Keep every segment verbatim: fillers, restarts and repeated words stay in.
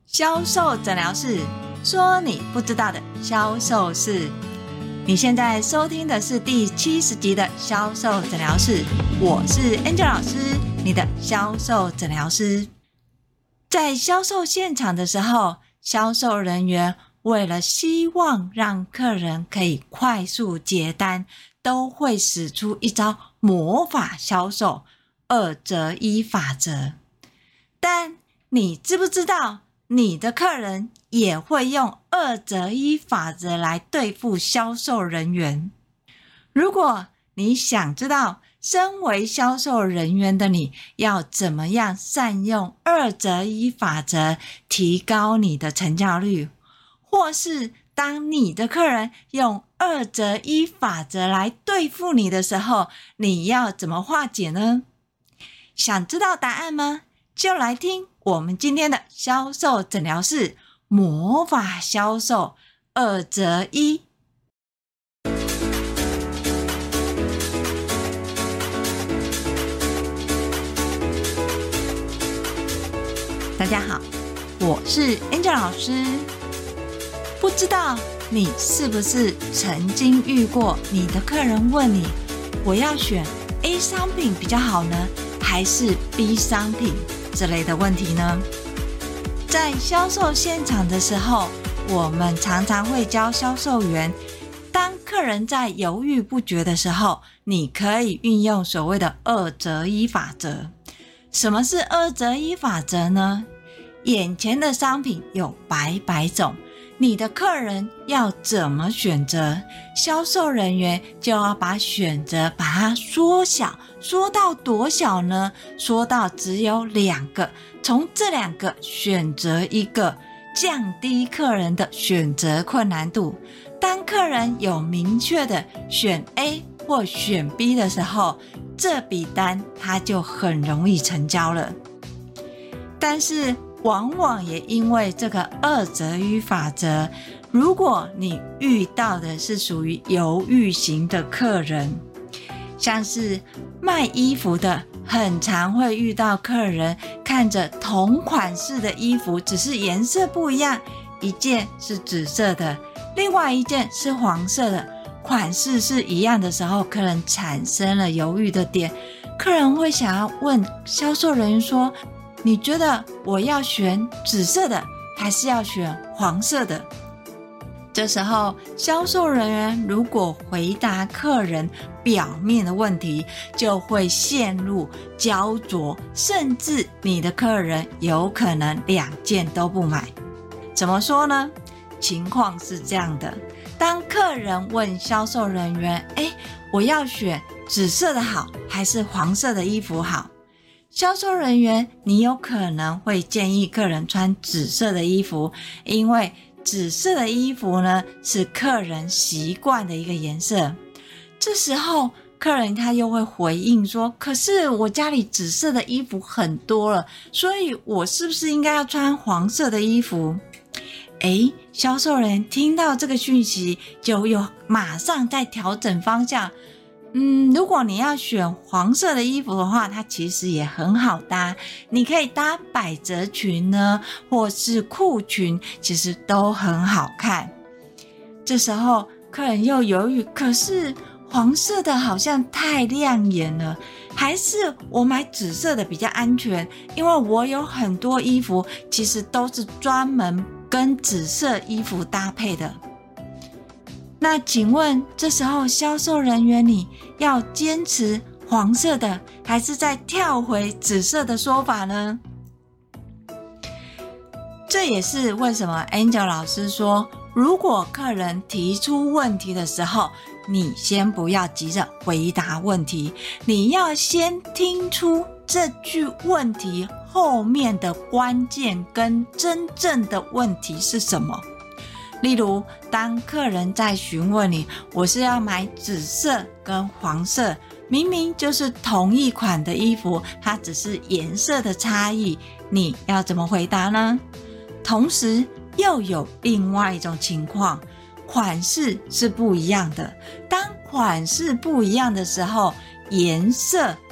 销售诊疗室，说你不知道的销售事。你现在收听的是第七十集的销售诊疗室，我是 Angel 老师，你的销售诊疗师。在销售现场的时候，销售人员为了希望让客人可以快速结单，都会使出一招魔法销售二择一法则。但你知不知道你的客人也会用二择一法则来对付销售人员？如果你想知道身为销售人员的你要怎么样善用二择一法则提高你的成交率，或是当你的客人用二择一法则来对付你的时候，你要怎么化解呢？想知道答案吗？就来听我们今天的销售诊疗室魔法销售二择一。大家好，我是 Angel 老师。不知道你是不是曾经遇过你的客人问你，我要选 A 商品比较好呢，还是 B 商品之类的问题呢？在销售现场的时候，我们常常会教销售员，当客人在犹豫不决的时候，你可以运用所谓的二择一法则。什么是二择一法则呢？眼前的商品有百百种，你的客人要怎么选择？销售人员就要把选择把它缩小，缩到多小呢？缩到只有两个，从这两个选择一个，降低客人的选择困难度。当客人有明确的选 A 或选 B 的时候，这笔单他就很容易成交了。但是往往也因为这个二择一法则，如果你遇到的是属于犹豫型的客人，像是卖衣服的，很常会遇到客人看着同款式的衣服，只是颜色不一样，一件是紫色的，另外一件是黄色的，款式是一样的时候，客人产生了犹豫的点。客人会想要问销售人员说，你觉得我要选紫色的还是要选黄色的？这时候销售人员如果回答客人表面的问题，就会陷入焦灼，甚至你的客人有可能两件都不买。怎么说呢？情况是这样的，当客人问销售人员，诶，我要选紫色的好还是黄色的衣服好？销售人员，你有可能会建议客人穿紫色的衣服，因为紫色的衣服呢是客人习惯的一个颜色。这时候客人他又会回应说，可是我家里紫色的衣服很多了，所以我是不是应该要穿黄色的衣服？诶，销售人听到这个讯息，就又马上在调整方向。嗯，如果你要选黄色的衣服的话，它其实也很好搭，你可以搭百褶裙呢，或是裤裙，其实都很好看。这时候客人又犹豫，可是黄色的好像太亮眼了，还是我买紫色的比较安全，因为我有很多衣服其实都是专门跟紫色衣服搭配的。那请问这时候销售人员，你要坚持黄色的还是再跳回紫色的说法呢？这也是为什么 Angel 老师说，如果客人提出问题的时候，你先不要急着回答问题，你要先听出这句问题后面的关键跟真正的问题是什么。例如，当客人在询问你，我是要买紫色跟黄色，明明就是同一款的衣服，它只是颜色的差异，你要怎么回答呢？同时又有另外一种情况，款式是不一样的。当款式不一样的时候，颜色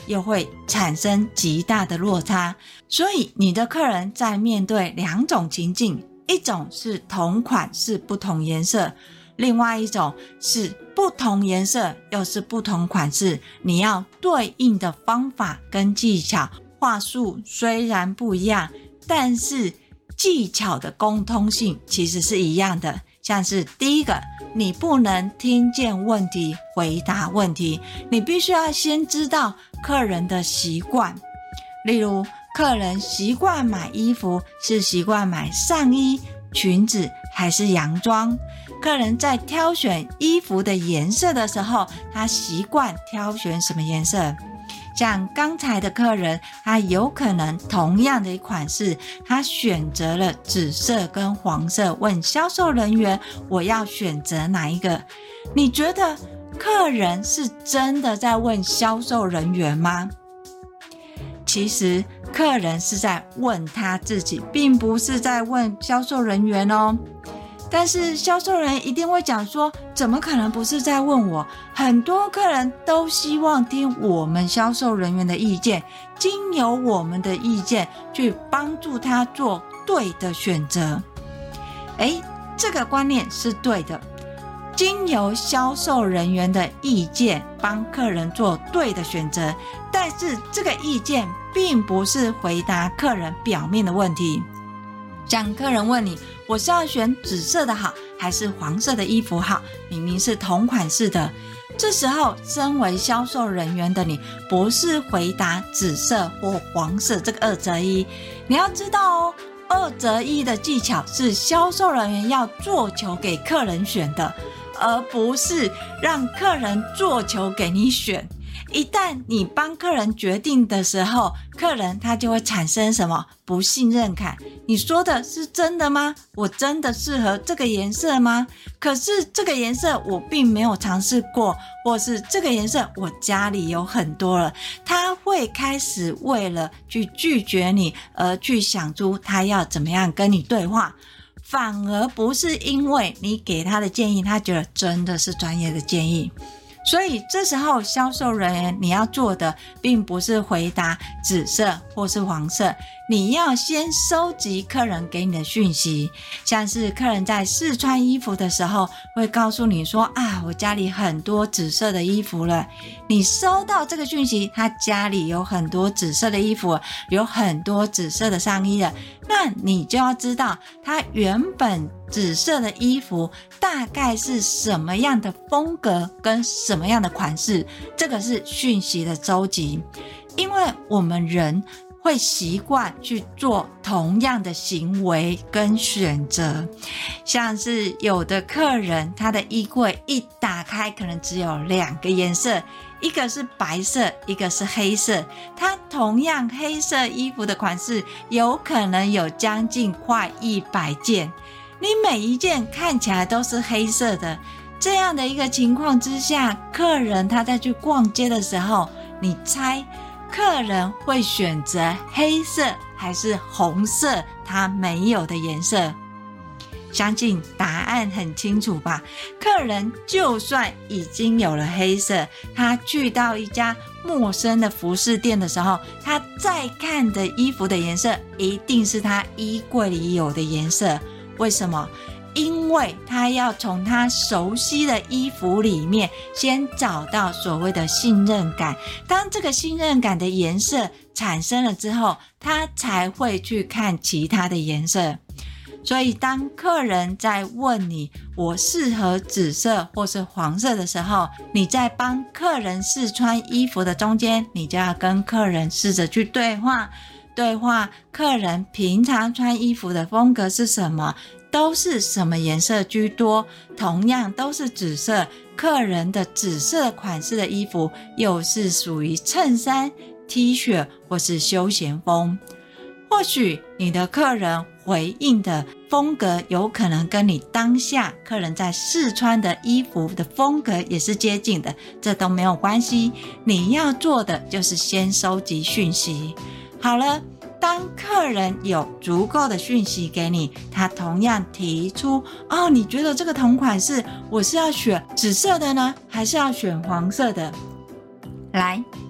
又会产生极大的落差。所以你的客人在面对两种情境，一种是同款式不同颜色，另外一种是不同颜色又是不同款式，你要对应的方法跟技巧话术虽然不一样，但是技巧的共通性其实是一样的。像是第一个，你不能听见问题回答问题，你必须要先知道客人的习惯。例如，客人习惯买衣服是习惯买上衣、裙子还是洋装？客人在挑选衣服的颜色的时候，他习惯挑选什么颜色？像刚才的客人，他有可能同样的一款式，他选择了紫色跟黄色，问销售人员我要选择哪一个？你觉得客人是真的在问销售人员吗？其实客人是在问他自己，并不是在问销售人员哦。但是销售人员一定会讲说，怎么可能不是在问我？很多客人都希望听我们销售人员的意见，经由我们的意见去帮助他做对的选择。诶，这个观念是对的，经由销售人员的意见帮客人做对的选择，但是这个意见并不是回答客人表面的问题。像客人问你，我是要选紫色的好还是黄色的衣服好？明明是同款式的。这时候身为销售人员的你，不是回答紫色或黄色这个二择一，你要知道哦，二择一的技巧是销售人员要做球给客人选的，而不是让客人做球给你选。一旦你帮客人决定的时候，客人他就会产生什么不信任感。你说的是真的吗？我真的适合这个颜色吗？可是这个颜色我并没有尝试过，或是这个颜色我家里有很多了。他会开始为了去拒绝你而去想出他要怎么样跟你对话，反而不是因为你给他的建议他觉得真的是专业的建议。所以这时候销售人员你要做的并不是回答紫色或是黄色，你要先收集客人给你的讯息。像是客人在试穿衣服的时候会告诉你说，啊，我家里很多紫色的衣服了。你收到这个讯息，他家里有很多紫色的衣服，有很多紫色的上衣了，那你就要知道他原本紫色的衣服大概是什么样的风格跟什么样的款式，这个是讯息的收集。因为我们人会习惯去做同样的行为跟选择，像是有的客人他的衣柜一打开可能只有两个颜色，一个是白色，一个是黑色，他同样黑色衣服的款式有可能有将近快一百件，你每一件看起来都是黑色的。这样的一个情况之下，客人他在去逛街的时候，你猜客人会选择黑色还是红色他没有的颜色？相信答案很清楚吧？客人就算已经有了黑色，他去到一家陌生的服饰店的时候，他再看的衣服的颜色一定是他衣柜里有的颜色。为什么？因为他要从他熟悉的衣服里面先找到所谓的信任感，当这个信任感的颜色产生了之后，他才会去看其他的颜色。所以当客人在问你我适合紫色或是黄色的时候，你在帮客人试穿衣服的中间，你就要跟客人试着去对话对话客人平常穿衣服的风格是什么，都是什么颜色居多，同样都是紫色，客人的紫色款式的衣服又是属于衬衫、T 恤或是休闲风。或许你的客人回应的风格有可能跟你当下客人在试穿的衣服的风格也是接近的，这都没有关系，你要做的就是先收集讯息。好了，当客人有足够的讯息给你，他同样提出，哦，你觉得这个同款式我是要选紫色的呢，还是要选黄色的？来，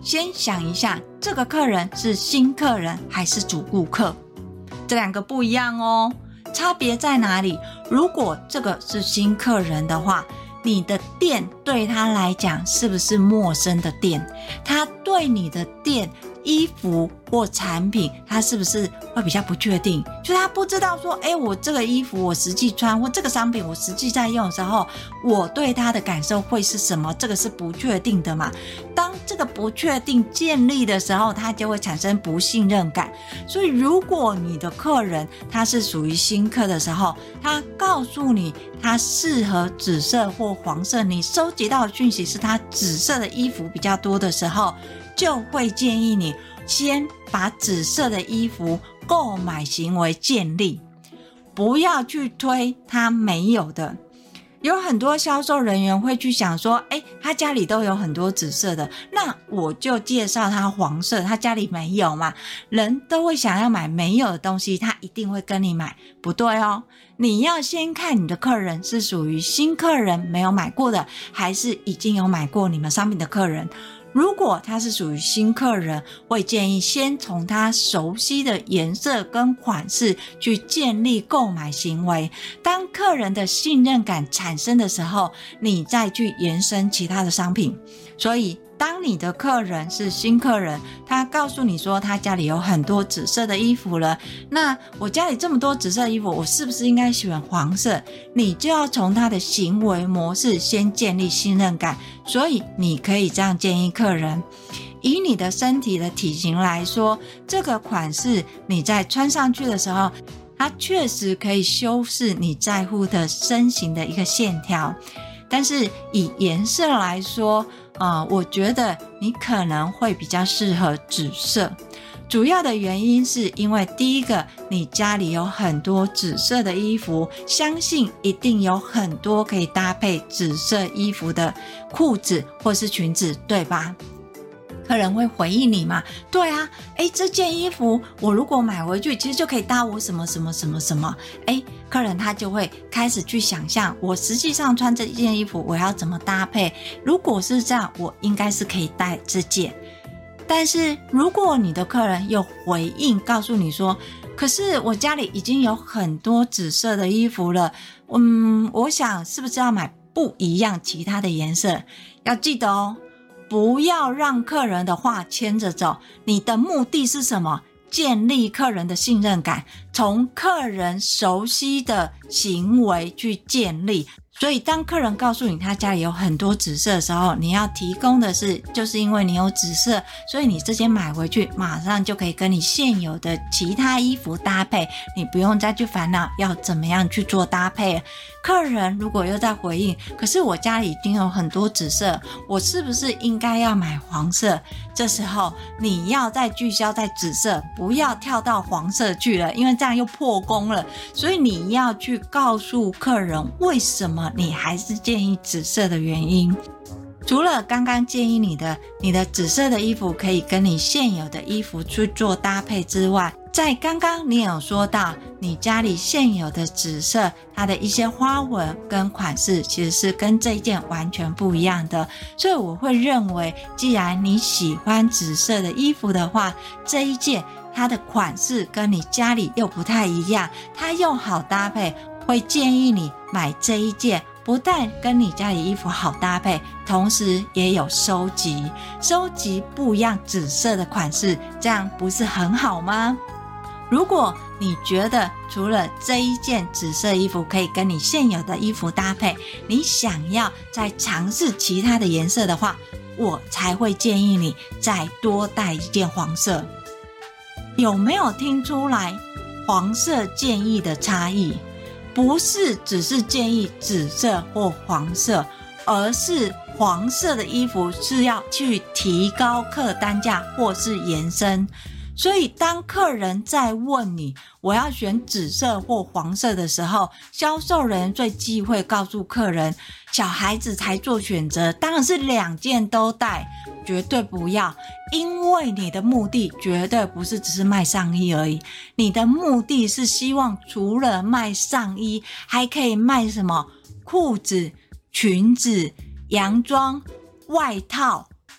先想一下，这个客人是新客人还是主顾客？这两个不一样哦，差别在哪里？如果这个是新客人的话，你的店对他来讲是不是陌生的店？他对你的店衣服或产品，他是不是会比较不确定？就他不知道说，哎，我这个衣服我实际穿，或这个商品我实际在用的时候，我对他的感受会是什么？这个是不确定的嘛。当这个不确定建立的时候，他就会产生不信任感。所以如果你的客人他是属于新客的时候，他告诉你他适合紫色或黄色，你收集到的讯息是他紫色的衣服比较多的时候，就会建议你先把紫色的衣服购买行为建立，不要去推他没有的。有很多销售人员会去想说，诶，他家里都有很多紫色的，那我就介绍他黄色，他家里没有嘛。人都会想要买没有的东西，他一定会跟你买。不对哦，你要先看你的客人是属于新客人没有买过的，还是已经有买过你们商品的客人。如果他是属于新客人，会建议先从他熟悉的颜色跟款式去建立购买行为。当客人的信任感产生的时候，你再去延伸其他的商品。所以当你的客人是新客人，他告诉你说他家里有很多紫色的衣服了，那我家里这么多紫色的衣服，我是不是应该选黄色？你就要从他的行为模式先建立信任感。所以你可以这样建议客人，以你的身体的体型来说，这个款式你在穿上去的时候，它确实可以修饰你在乎的身形的一个线条。但是以颜色来说，呃，我觉得你可能会比较适合紫色。主要的原因是因为第一个，你家里有很多紫色的衣服，相信一定有很多可以搭配紫色衣服的裤子或是裙子，对吧？客人会回应你嘛？对啊，诶，这件衣服我如果买回去，其实就可以搭我什么什么什么什么。诶，客人他就会开始去想象，我实际上穿这件衣服我要怎么搭配，如果是这样，我应该是可以带这件。但是如果你的客人又回应告诉你说，可是我家里已经有很多紫色的衣服了，嗯，我想是不是要买不一样其他的颜色？要记得哦，不要让客人的话牵着走。你的目的是什么？建立客人的信任感，从客人熟悉的行为去建立。所以当客人告诉你他家里有很多紫色的时候，你要提供的是，就是因为你有紫色，所以你这件买回去马上就可以跟你现有的其他衣服搭配，你不用再去烦恼要怎么样去做搭配。客人如果又在回应，可是我家里已经有很多紫色，我是不是应该要买黄色？这时候你要再聚焦在紫色，不要跳到黄色去了，因为这样又破功了。所以你要去告诉客人为什么你还是建议紫色的原因。除了刚刚建议你的你的紫色的衣服可以跟你现有的衣服去做搭配之外，在刚刚你有说到你家里现有的紫色，它的一些花纹跟款式其实是跟这一件完全不一样的。所以我会认为，既然你喜欢紫色的衣服的话，这一件它的款式跟你家里又不太一样，它又好搭配，会建议你买这一件，不但跟你家里衣服好搭配，同时也有收集收集不一样紫色的款式，这样不是很好吗？如果你觉得除了这一件紫色衣服可以跟你现有的衣服搭配，你想要再尝试其他的颜色的话，我才会建议你再多带一件黄色。有没有听出来黄色建议的差异？不是只是建议紫色或黄色，而是黄色的衣服是要去提高客单价或是延伸。所以当客人在问你我要选紫色或黄色的时候，销售人员最忌讳告诉客人小孩子才做选择，当然是两件都带，绝对不要。因为你的目的绝对不是只是卖上衣而已，你的目的是希望除了卖上衣还可以卖什么？裤子、裙子、洋装、外套、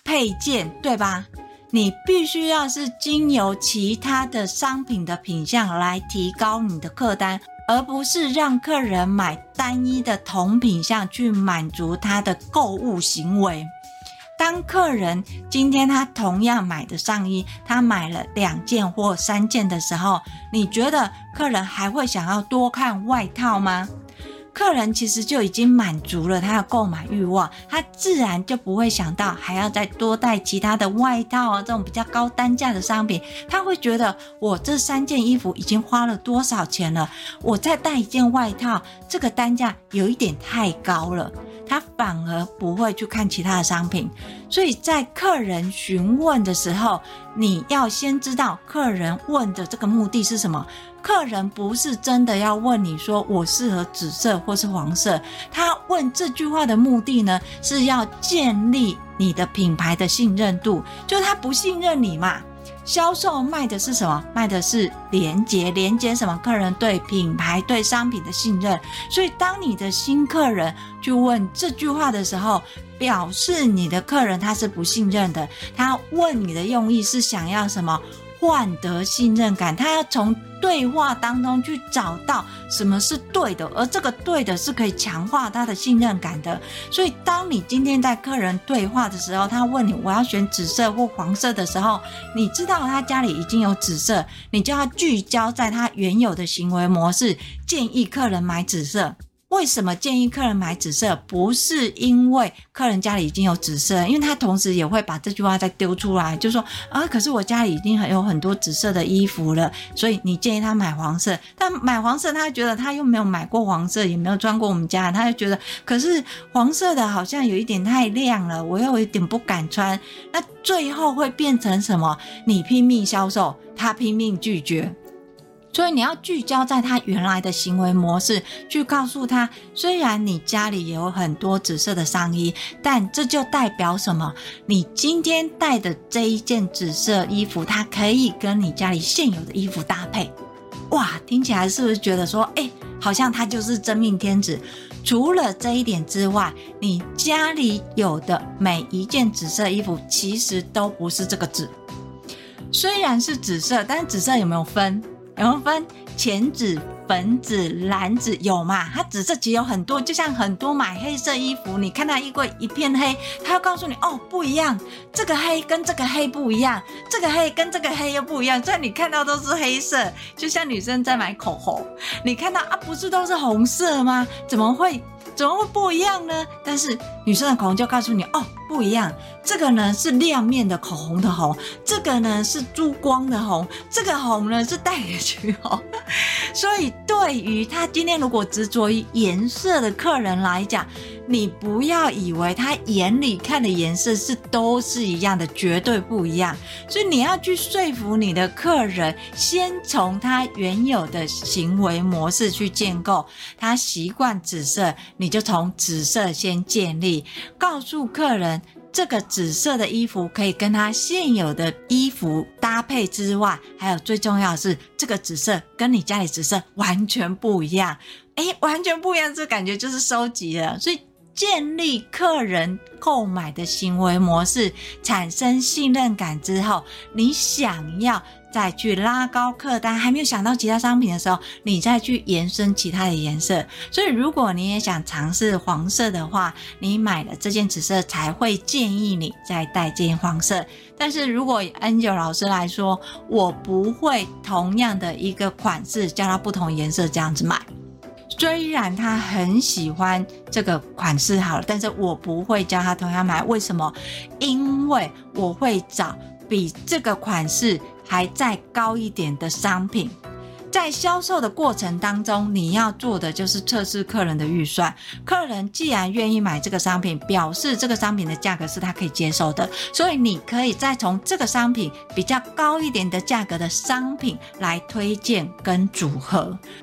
配件，对吧？你必须要是经由其他的商品的品项来提高你的客单，而不是让客人买单一的同品项去满足他的购物行为。当客人今天他同样买的上衣，他买了两件或三件的时候，你觉得客人还会想要多看外套吗？客人其实就已经满足了他的购买欲望，他自然就不会想到还要再多带其他的外套啊，这种比较高单价的商品。他会觉得我这三件衣服已经花了多少钱了，我再带一件外套，这个单价有一点太高了，他反而不会去看其他的商品。所以在客人询问的时候，你要先知道客人问的这个目的是什么。客人不是真的要问你说我适合紫色或是黄色，他问这句话的目的呢，是要建立你的品牌的信任度，就是他不信任你嘛。销售卖的是什么？卖的是连结，连结什么？客人对品牌对商品的信任。所以当你的新客人去问这句话的时候，表示你的客人他是不信任的，他问你的用意是想要什么？换得信任感，他要从对话当中去找到什么是对的，而这个对的是可以强化他的信任感的。所以当你今天在客人对话的时候，他问你我要选紫色或黄色的时候，你知道他家里已经有紫色，你就要聚焦在他原有的行为模式，建议客人买紫色。为什么建议客人买紫色？不是因为客人家里已经有紫色，因为他同时也会把这句话再丢出来，就说啊，可是我家里已经有很多紫色的衣服了，所以你建议他买黄色。但买黄色他觉得他又没有买过黄色，也没有穿过我们家，他就觉得可是黄色的好像有一点太亮了，我又有一点不敢穿。那最后会变成什么？你拼命销售，他拼命拒绝。所以你要聚焦在他原来的行为模式，去告诉他，虽然你家里也有很多紫色的上衣，但这就代表什么？你今天带的这一件紫色衣服，它可以跟你家里现有的衣服搭配。哇，听起来是不是觉得说，哎，好像他就是真命天子？除了这一点之外，你家里有的每一件紫色衣服，其实都不是这个紫。虽然是紫色，但是紫色有没有分？有没有分浅紫、粉紫、蓝紫？有嘛？它紫色其实有很多，就像很多买黑色衣服，你看它衣柜一片黑，它要告诉你哦，不一样，这个黑跟这个黑不一样，这个黑跟这个黑又不一样。虽然你看到都是黑色，就像女生在买口红，你看到啊，不是都是红色吗？怎么会怎么会不一样呢？但是女生的口红就告诉你哦，不一样，这个呢是亮面的口红的红，这个呢是珠光的红，这个红呢是带着橘红。所以对于他今天如果执着于颜色的客人来讲，你不要以为他眼里看的颜色是都是一样的，绝对不一样。所以你要去说服你的客人，先从他原有的行为模式去建构。他习惯紫色，你就从紫色先建立，告诉客人这个紫色的衣服可以跟他现有的衣服搭配之外，还有最重要的是这个紫色跟你家里紫色完全不一样。诶，完全不一样，这感觉就是收集了。所以建立客人购买的行为模式，产生信任感之后，你想要再去拉高客单，还没有想到其他商品的时候，你再去延伸其他的颜色。所以如果你也想尝试黄色的话，你买了这件紫色才会建议你再带这件黄色。但是如果以 Angel 老师来说，我不会同样的一个款式叫它不同颜色这样子买。虽然他很喜欢这个款式好了，但是我不会教他同样买。为什么？因为我会找比这个款式还再高一点的商品。在销售的过程当中，你要做的就是测试客人的预算。客人既然愿意买这个商品，表示这个商品的价格是他可以接受的，所以你可以再从这个商品比较高一点的价格的商品来推荐跟组合。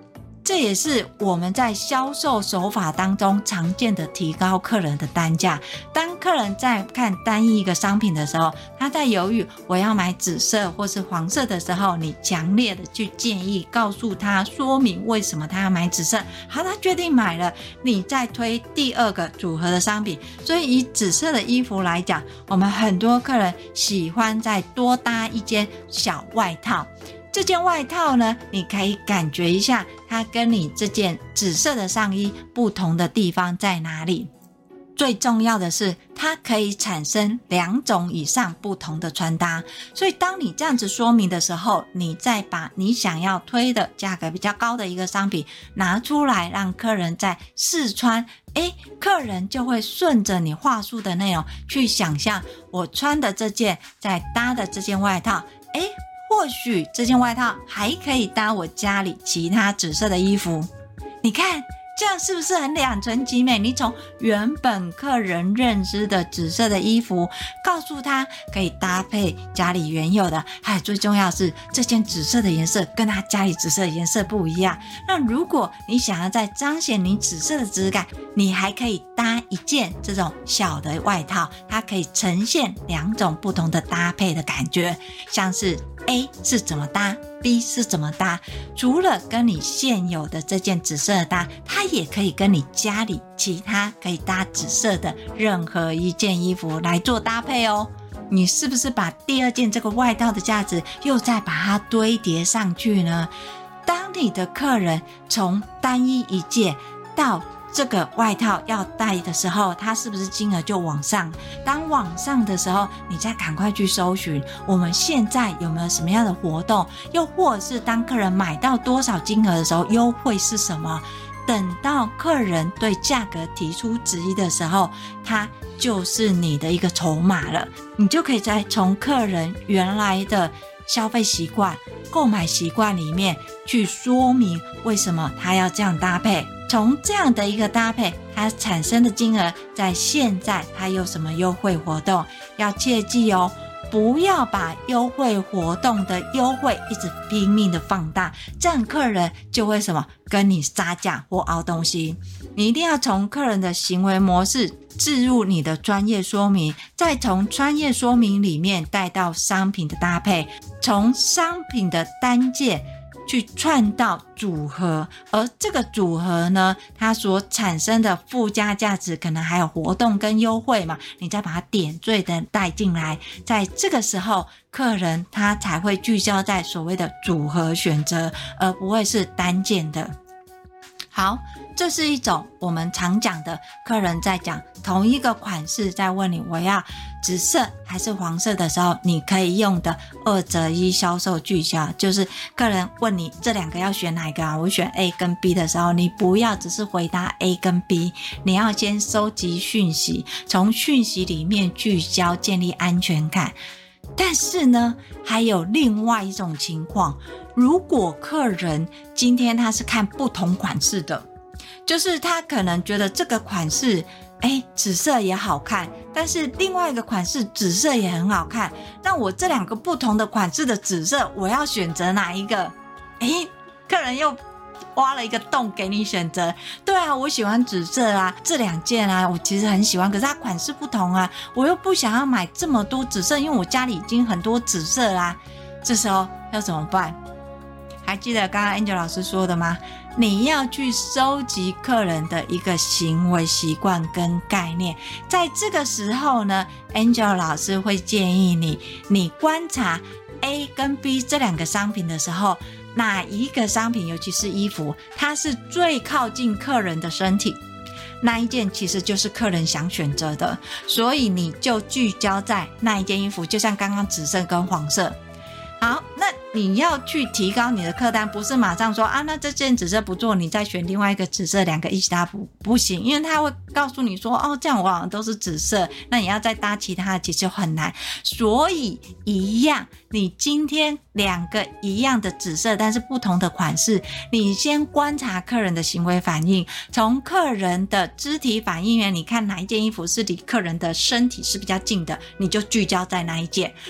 这也是我们在销售手法当中常见的提高客人的单价。当客人在看单一一个商品的时候，他在犹豫我要买紫色或是黄色的时候，你强烈的去建议告诉他说明为什么他要买紫色，好，他决定买了，你再推第二个组合的商品。所以以紫色的衣服来讲，我们很多客人喜欢再多搭一件小外套。这件外套呢，你可以感觉一下它跟你这件紫色的上衣不同的地方在哪里。最重要的是它可以产生两种以上不同的穿搭，所以当你这样子说明的时候，你再把你想要推的价格比较高的一个商品拿出来让客人在试穿，诶，客人就会顺着你话术的内容去想象我穿的这件再搭的这件外套，诶，或许这件外套还可以搭我家里其他紫色的衣服。你看这样是不是很两全其美？你从原本客人认知的紫色的衣服告诉他可以搭配家里原有的，还有最重要的是这件紫色的颜色跟他家里紫色的颜色不一样。那如果你想要再彰显你紫色的质感，你还可以搭一件这种小的外套，它可以呈现两种不同的搭配的感觉，像是 A 是怎么搭， B 是怎么搭。除了跟你现有的这件紫色的搭，它也可以跟你家里其他可以搭紫色的任何一件衣服来做搭配哦。你是不是把第二件这个外套的价值又再把它堆叠上去呢？当你的客人从单一一件到这个外套要带的时候，它是不是金额就往上？当往上的时候，你再赶快去搜寻我们现在有没有什么样的活动，又或者是当客人买到多少金额的时候，优惠是什么。等到客人对价格提出质疑的时候，它就是你的一个筹码了，你就可以再从客人原来的消费习惯、购买习惯里面去说明为什么他要这样搭配，从这样的一个搭配它产生的金额，在现在它有什么优惠活动，要切记哦，不要把优惠活动的优惠一直拼命的放大，这样客人就会什么跟你杀价或凹东西。你一定要从客人的行为模式置入你的专业说明，再从专业说明里面带到商品的搭配，从商品的单件去串到组合，而这个组合呢，它所产生的附加价值可能还有活动跟优惠嘛，你再把它点缀的带进来，在这个时候客人他才会聚焦在所谓的组合选择，而不会是单件的。好，这是一种我们常讲的，客人在讲同一个款式，在问你我要紫色还是黄色的时候，你可以用的二择一销售聚焦，就是客人问你这两个要选哪一个啊？我选 A 跟 B 的时候，你不要只是回答 A 跟 B， 你要先收集讯息，从讯息里面聚焦，建立安全感。但是呢，还有另外一种情况，如果客人今天他是看不同款式的，就是他可能觉得这个款式诶紫色也好看，但是另外一个款式紫色也很好看，那我这两个不同的款式的紫色我要选择哪一个？诶客人又挖了一个洞给你选择。对啊，我喜欢紫色啊，这两件啊我其实很喜欢，可是它款式不同啊，我又不想要买这么多紫色，因为我家里已经很多紫色啦。这时候要怎么办？还记得刚刚 Angel 老师说的吗？你要去收集客人的一个行为习惯跟概念，在这个时候呢 Angel 老师会建议你，你观察 A 跟 B 这两个商品的时候，哪一个商品尤其是衣服它是最靠近客人的身体，那一件其实就是客人想选择的，所以你就聚焦在那一件衣服，就像刚刚紫色跟黄色。好，那你要去提高你的客单，不是马上说啊，那这件紫色不做，你再选另外一个紫色，两个一起搭不不行，因为他会告诉你说，哦，这样我好像都是紫色，那你要再搭其他的其实很难。所以一样，你今天两个一样的紫色，但是不同的款式，你先观察客人的行为反应，从客人的肢体反应源，你看哪一件衣服是离客人的身体是比较近的，你就聚焦在哪一件。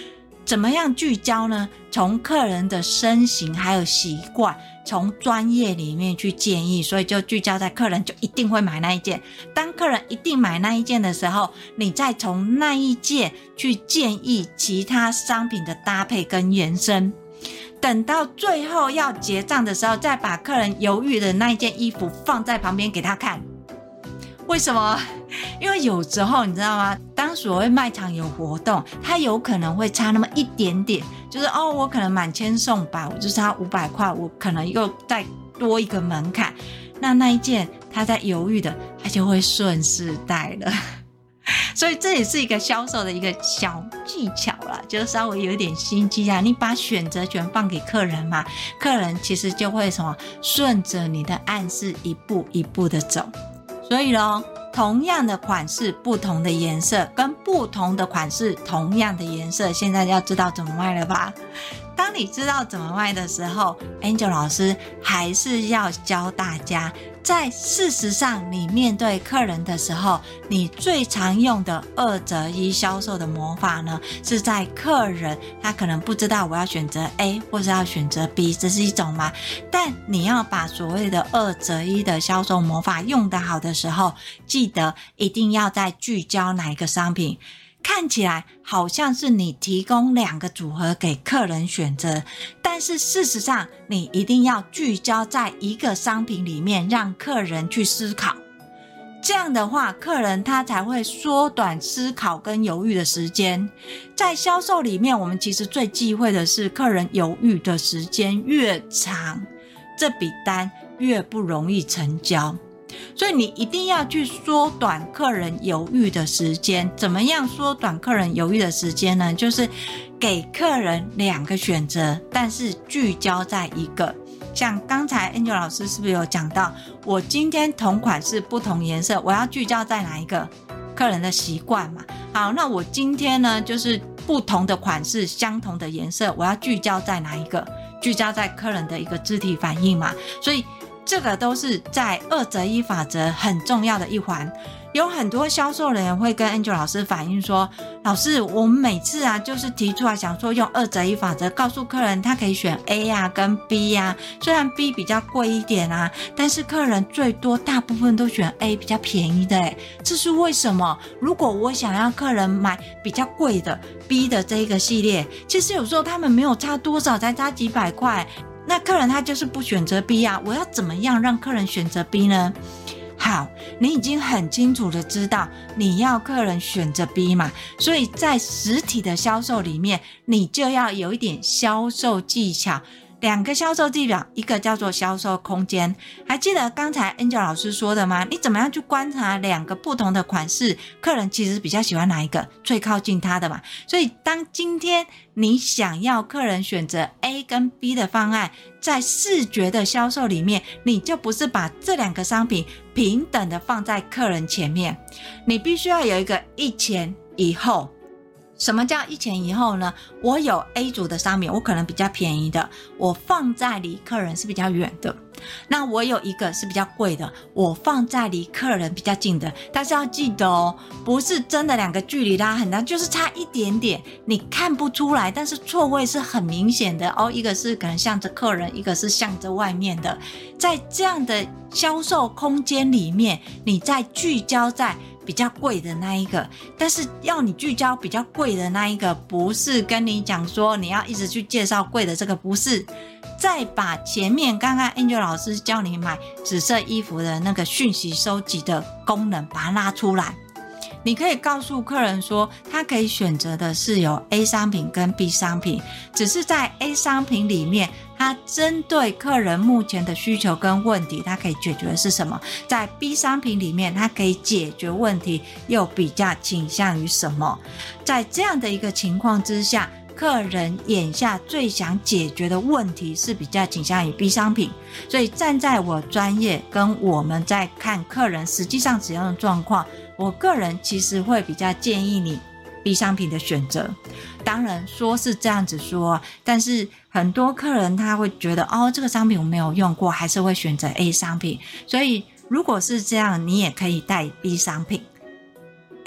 怎么样聚焦呢？从客人的身形还有习惯，从专业里面去建议，所以就聚焦在客人就一定会买那一件。当客人一定买那一件的时候，你再从那一件去建议其他商品的搭配跟延伸。等到最后要结账的时候，再把客人犹豫的那一件衣服放在旁边给他看。为什么？因为有时候你知道吗，当所谓卖场有活动，它有可能会差那么一点点，就是哦，我可能满千送百，我就差五百块，我可能又再多一个门槛，那那一件他在犹豫的，他就会顺势带了。所以这也是一个销售的一个小技巧啦，就稍微有一点心机啊，你把选择权放给客人嘛，客人其实就会什么顺着你的暗示一步一步的走。所以咯，同样的款式不同的颜色，跟不同的款式同样的颜色，现在要知道怎么卖了吧。当你知道怎么卖的时候， Angel 老师还是要教大家，在事实上你面对客人的时候，你最常用的二择一销售的魔法呢，是在客人他可能不知道我要选择 A 或是要选择 B， 这是一种嘛。但你要把所谓的二择一的销售魔法用得好的时候，记得一定要在聚焦哪一个商品。看起来好像是你提供两个组合给客人选择，但是事实上你一定要聚焦在一个商品里面，让客人去思考。这样的话，客人他才会缩短思考跟犹豫的时间。在销售里面，我们其实最忌讳的是客人犹豫的时间越长，这笔单越不容易成交。所以你一定要去缩短客人犹豫的时间。怎么样缩短客人犹豫的时间呢？就是给客人两个选择，但是聚焦在一个。像刚才 Angel 老师是不是有讲到，我今天同款式不同颜色，我要聚焦在哪一个？客人的习惯嘛。好，那我今天呢，就是不同的款式相同的颜色，我要聚焦在哪一个？聚焦在客人的一个肢体反应嘛。所以这个都是在二择一法则很重要的一环。有很多销售人员会跟 Angel 老师反映说，老师，我们每次啊就是提出来想说用二择一法则告诉客人他可以选 A 啊跟 B 啊，虽然 B 比较贵一点啊，但是客人最多大部分都选 A 比较便宜的耶，这是为什么？如果我想要客人买比较贵的 B 的这一个系列，其实有时候他们没有差多少，才差几百块，那客人他就是不选择 B 啊，我要怎么样让客人选择 B 呢？好，你已经很清楚的知道你要客人选择 B 嘛，所以在实体的销售里面，你就要有一点销售技巧。两个销售技巧，一个叫做销售空间。还记得刚才 Angel 老师说的吗？你怎么样去观察两个不同的款式，客人其实比较喜欢哪一个，最靠近他的嘛。所以当今天你想要客人选择 A 跟 B 的方案，在视觉的销售里面，你就不是把这两个商品平等的放在客人前面，你必须要有一个一前一后。什么叫一前一后呢？我有 A 组的商品，我可能比较便宜的，我放在离客人是比较远的。那我有一个是比较贵的，我放在离客人比较近的。但是要记得哦，不是真的两个距离拉很大，就是差一点点，你看不出来，但是错位是很明显的哦。一个是可能向着客人，一个是向着外面的。在这样的销售空间里面，你再聚焦在比较贵的那一个，但是要你聚焦比较贵的那一个，不是跟你讲说你要一直去介绍贵的这个，不是。再把前面刚刚 Angel 老师教你买紫色衣服的那个讯息收集的功能把它拉出来，你可以告诉客人说他可以选择的是有 A 商品跟 B 商品，只是在 A 商品里面他针对客人目前的需求跟问题他可以解决的是什么，在 B 商品里面他可以解决问题又比较倾向于什么。在这样的一个情况之下，客人眼下最想解决的问题是比较倾向于 B 商品，所以站在我专业跟我们在看客人实际上使用的状况，我个人其实会比较建议你 B 商品的选择。当然说是这样子说，但是很多客人他会觉得哦，这个商品我没有用过，还是会选择 A 商品。所以如果是这样，你也可以带 B 商品。诶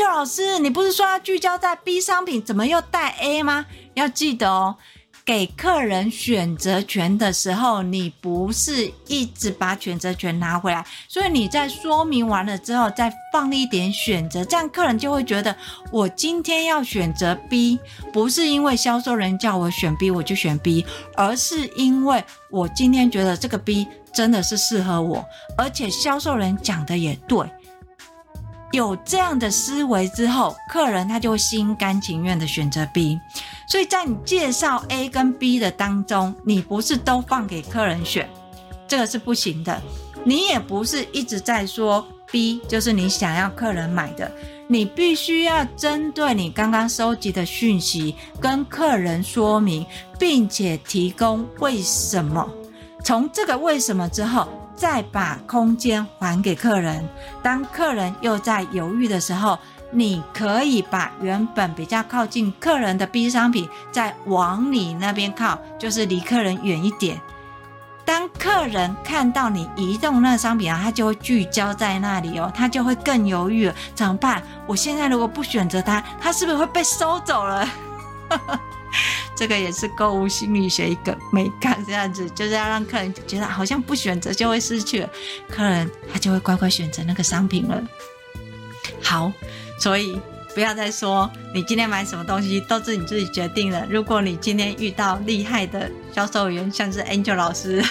Angel 老师，你不是说要聚焦在 B 商品，怎么又带 A 吗？要记得哦，给客人选择权的时候，你不是一直把选择权拿回来，所以你在说明完了之后再放一点选择，这样客人就会觉得我今天要选择 B， 不是因为销售人叫我选 B 我就选 B， 而是因为我今天觉得这个 B 真的是适合我，而且销售人讲的也对。有这样的思维之后，客人他就会心甘情愿的选择 B。 所以在你介绍 A 跟 B 的当中，你不是都放给客人选，这个是不行的。你也不是一直在说 B 就是你想要客人买的，你必须要针对你刚刚收集的讯息跟客人说明，并且提供为什么。从这个为什么之后，再把空间还给客人，当客人又在犹豫的时候，你可以把原本比较靠近客人的 B 商品再往你那边靠，就是离客人远一点。当客人看到你移动那个商品啊，他就会聚焦在那里哦，他就会更犹豫了，怎么办？我现在如果不选择它，它是不是会被收走了？这个也是购物心理学一个美感，这样子就是要让客人觉得好像不选择就会失去了，客人他就会乖乖选择那个商品了。好，所以不要再说你今天买什么东西都是你自己决定的。如果你今天遇到厉害的销售员，像是 Angel 老师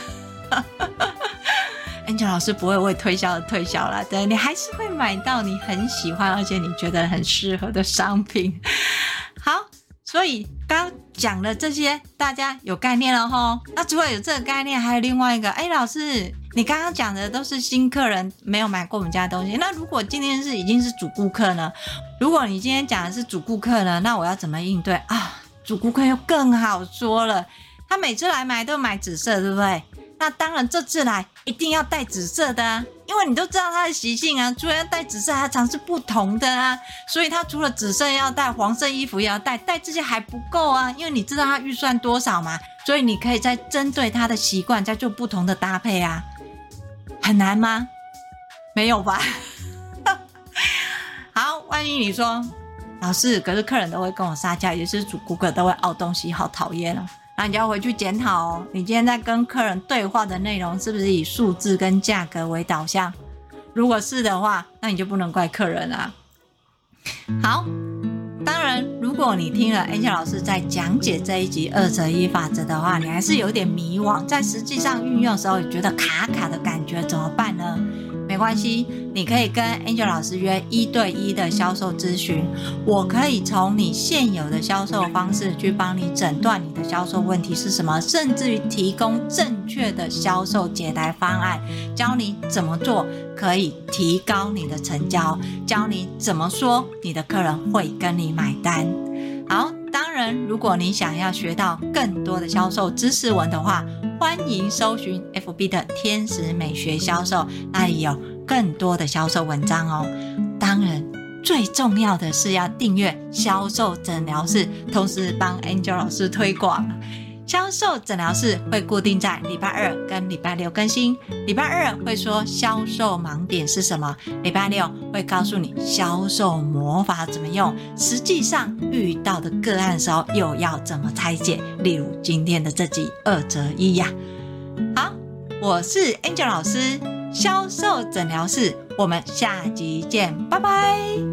Angel 老师不会为推销的推销啦，对，你还是会买到你很喜欢而且你觉得很适合的商品。好，所以刚刚讲的这些大家有概念了齁。那除了有这个概念，还有另外一个，哎，老师你刚刚讲的都是新客人没有买过我们家的东西，那如果今天是已经是主顾客呢？如果你今天讲的是主顾客呢，那我要怎么应对啊？主顾客又更好说了，他每次来买都买紫色，对不对？那当然这次来一定要带紫色的啊，因为你都知道他的习性啊，除了要带紫色还常是不同的啊，所以他除了紫色要带，黄色衣服也要带，带这些还不够啊，因为你知道他预算多少嘛，所以你可以再针对他的习惯再做不同的搭配啊。很难吗？没有吧好，万一你说老师可是客人都会跟我杀价，也是主顾客都会凹东西，好讨厌哦。那你就要回去检讨哦，你今天在跟客人对话的内容是不是以数字跟价格为导向？如果是的话，那你就不能怪客人啊。好，当然如果你听了 Angel 老师在讲解这一集二择一法则的话，你还是有点迷惘，在实际上运用的时候你觉得卡卡的感觉，怎么办呢？没关系，你可以跟 Angel 老师约一对一的销售咨询，我可以从你现有的销售方式去帮你诊断你的销售问题是什么，甚至于提供正确的销售解答方案，教你怎么做可以提高你的成交，教你怎么说你的客人会跟你买单。好，当然如果你想要学到更多的销售知识文的话，欢迎搜寻 F B 的天使美学销售，那里有更多的销售文章哦。当然最重要的是要订阅销售诊疗室，同时帮 Angel 老师推广。销售诊疗室会固定在礼拜二跟礼拜六更新，礼拜二会说销售盲点是什么，礼拜六会告诉你销售魔法怎么用，实际上遇到的个案的时候又要怎么拆解，例如今天的这集二择一呀。好，我是 Angel 老师，销售诊疗室，我们下集见，拜拜。